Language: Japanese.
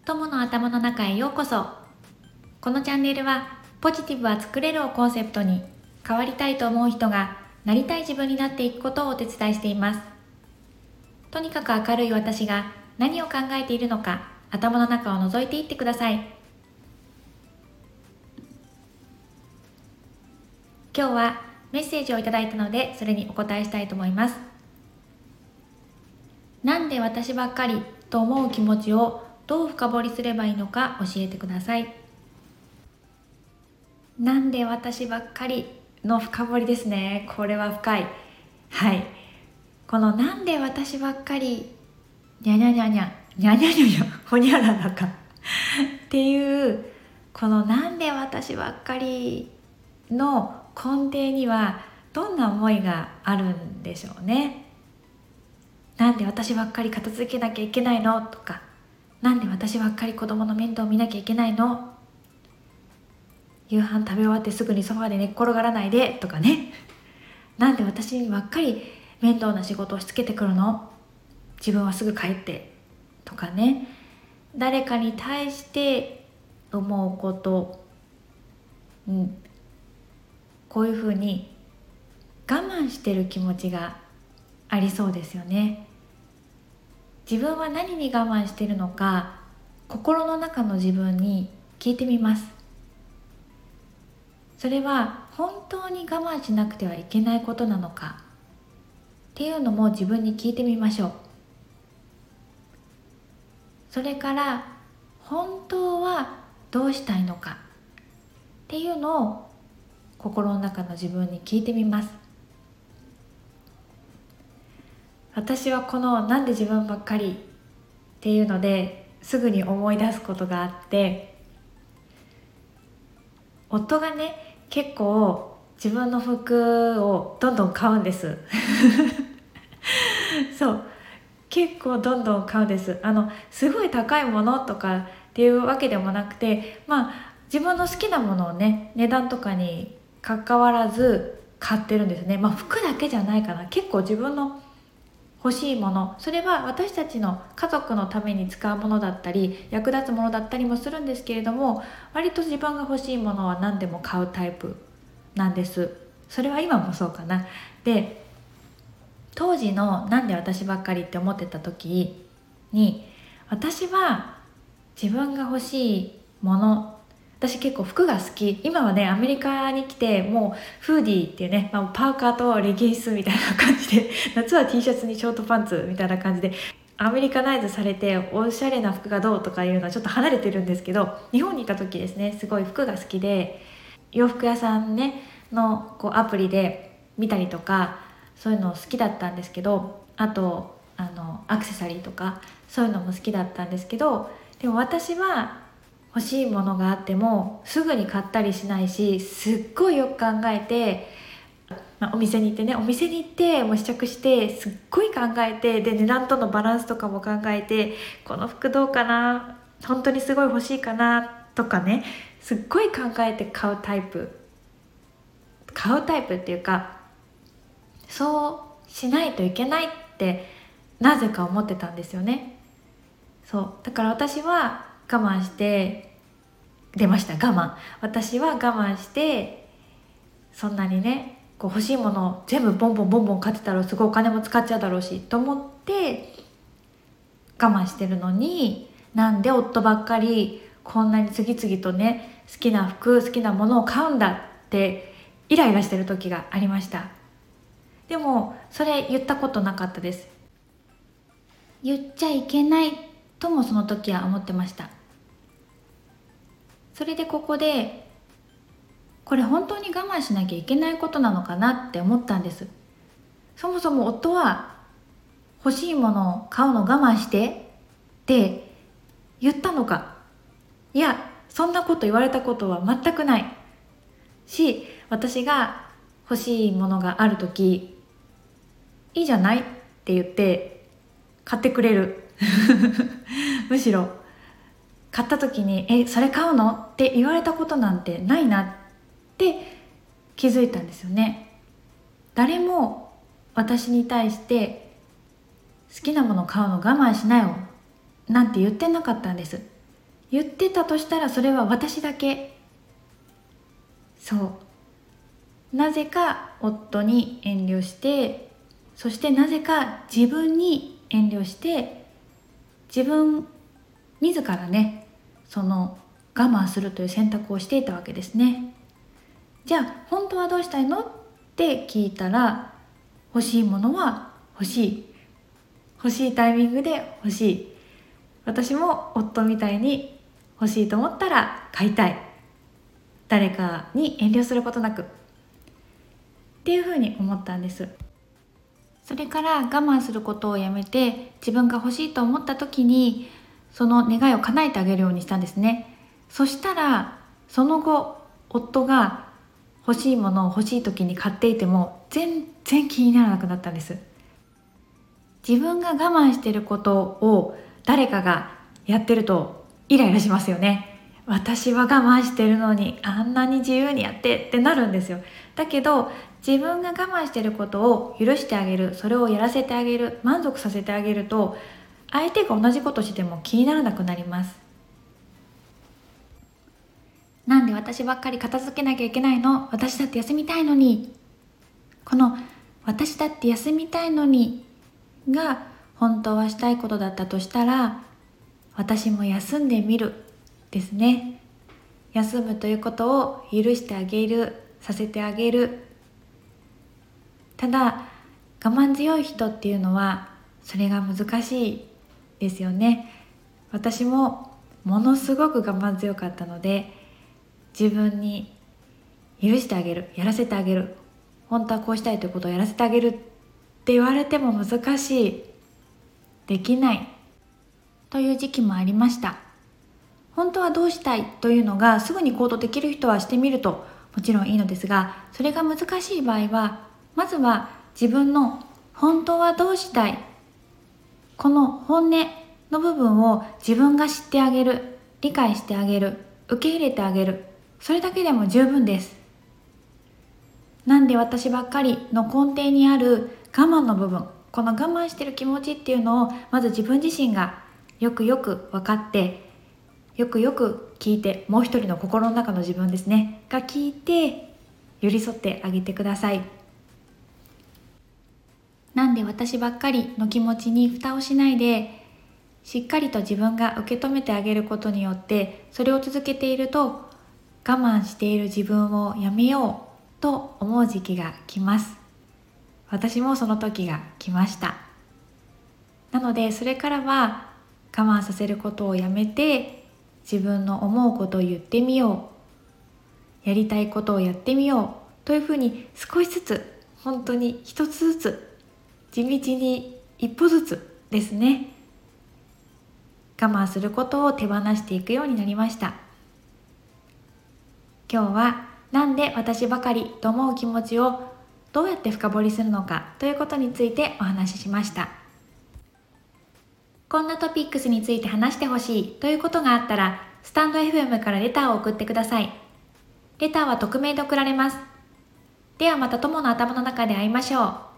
友の頭の中へようこそ。このチャンネルはポジティブは作れるをコンセプトに、変わりたいと思う人がなりたい自分になっていくことをお手伝いしています。とにかく明るい私が何を考えているのか、頭の中を覗いていってください。今日はメッセージをいただいたので、それにお答えしたいと思います。なんで私ばっかりと思う気持ちをどう深掘りすればいいのか教えてください。なんで私ばっかりの深掘りですね。これは深い。はい。このなんで私ばっかりにゃにゃにゃにゃにゃにゃにゃにゃほにゃららかっていうこのなんで私ばっかりの根底にはどんな思いがあるんでしょうね。なんで私ばっかり片付けなきゃいけないのとか、なんで私ばっかり子供の面倒を見なきゃいけないの、夕飯食べ終わってすぐにソファーで寝っ転がらないでとかね、なんで私にばっかり面倒な仕事をしつけてくるの、自分はすぐ帰ってとかね、誰かに対して思うこと、こういうふうに我慢してる気持ちがありそうですよね。自分は何に我慢しているのか、心の中の自分に聞いてみます。それは本当に我慢しなくてはいけないことなのかっていうのも自分に聞いてみましょう。それから本当はどうしたいのかっていうのを心の中の自分に聞いてみます。私はこのなんで自分ばっかりっていうのですぐに思い出すことがあって、夫がね結構自分の服をどんどん買うんですそう結構どんどん買うんです。すごい高いものとかっていうわけでもなくて、自分の好きなものをね、値段とかに関わらず買ってるんですね。服だけじゃないかな。結構自分の欲しいもの、それは私たちの家族のために使うものだったり役立つものだったりもするんですけれども、割と自分が欲しいものは何でも買うタイプなんです。それは今もそうかな。で、当時のなんで私ばっかりって思ってた時に、私は自分が欲しいもの、私結構服が好き、今はねアメリカに来てもうフーディーっていうね、パーカーとレギンスみたいな感じで夏は T シャツにショートパンツみたいな感じでアメリカナイズされて、おしゃれな服がどうとかいうのはちょっと離れてるんですけど、日本にいた時ですね、すごい服が好きで、洋服屋さんねのアプリで見たりとかそういうの好きだったんですけど、あとアクセサリーとかそういうのも好きだったんですけど、でも私は欲しいものがあってもすぐに買ったりしないし、すっごいよく考えて、お店に行ってもう試着してすっごい考えて、で値段とのバランスとかも考えて、この服どうかな、本当にすごい欲しいかなとかね、すっごい考えて買うタイプっていうか、そうしないといけないってなぜか思ってたんですよね。そうだから私は我慢して出ました。私は我慢して、そんなにね欲しいものを全部ボンボンボンボン買ってたらすごいお金も使っちゃうだろうしと思って我慢してるのに、なんで夫ばっかりこんなに次々とね好きな服好きなものを買うんだってイライラしてる時がありました。でもそれ言ったことなかったです。言っちゃいけないともその時は思ってました。それでここでこれ本当に我慢しなきゃいけないことなのかなって思ったんです。そもそも夫は欲しいものを買うの我慢してって言ったのか、いやそんなこと言われたことは全くないし、私が欲しいものがあるときいいじゃないって言って買ってくれるむしろ買った時にそれ買うのって言われたことなんてないなって気づいたんですよね。誰も私に対して好きなもの買うの我慢しなよなんて言ってなかったんです。 言ってたとしたらそれは私だけ。そうなぜか夫に遠慮して、そしてなぜか自分に遠慮して、自分自らねその我慢するという選択をしていたわけですね。じゃあ本当はどうしたいのって聞いたら、欲しいものは欲しい、欲しいタイミングで欲しい、私も夫みたいに欲しいと思ったら買いたい、誰かに遠慮することなくっていうふうに思ったんです。それから我慢することをやめて、自分が欲しいと思った時にその願いを叶えてあげるようにしたんですね。そしたらその後、夫が欲しいものを欲しい時に買っていても全然気にならなくなったんです。自分が我慢していることを誰かがやってるとイライラしますよね。私は我慢してるのにあんなに自由にやってってなるんですよ。だけど自分が我慢していることを許してあげる、それをやらせてあげる、満足させてあげると、相手が同じことしても気にならなくなります。なんで私ばっかり片付けなきゃいけないの、私だって休みたいのに、この私だって休みたいのにが本当はしたいことだったとしたら、私も休んでみるですね。休むということを許してあげる、させてあげる。ただ我慢強い人っていうのはそれが難しいですよね。私もものすごく我慢強かったので、自分に許してあげる、やらせてあげる、本当はこうしたいということをやらせてあげるって言われても難しい、できないという時期もありました。本当はどうしたいというのがすぐに行動できる人はしてみるともちろんいいのですが、それが難しい場合はまずは自分の本当はどうしたい、この本音の部分を自分が知ってあげる、理解してあげる、受け入れてあげる、それだけでも十分です。なんで私ばっかりの根底にある我慢の部分、この我慢してる気持ちっていうのをまず自分自身がよくよく分かって、よくよく聞いて、もう一人の心の中の自分ですねが聞いて寄り添ってあげてください。なんで私ばっかりの気持ちに蓋をしないで、しっかりと自分が受け止めてあげることによって、それを続けていると我慢している自分をやめようと思う時期が来ます。私もその時が来ました。なのでそれからは我慢させることをやめて、自分の思うことを言ってみよう、やりたいことをやってみようというふうに少しずつ、本当に一つずつ、地道に一歩ずつですね、我慢することを手放していくようになりました。今日はなんで私ばかりと思う気持ちをどうやって深掘りするのかということについてお話ししました。こんなトピックスについて話してほしいということがあったら、スタンド FM からレターを送ってください。レターは匿名で送られます。ではまた友の頭の中で会いましょう。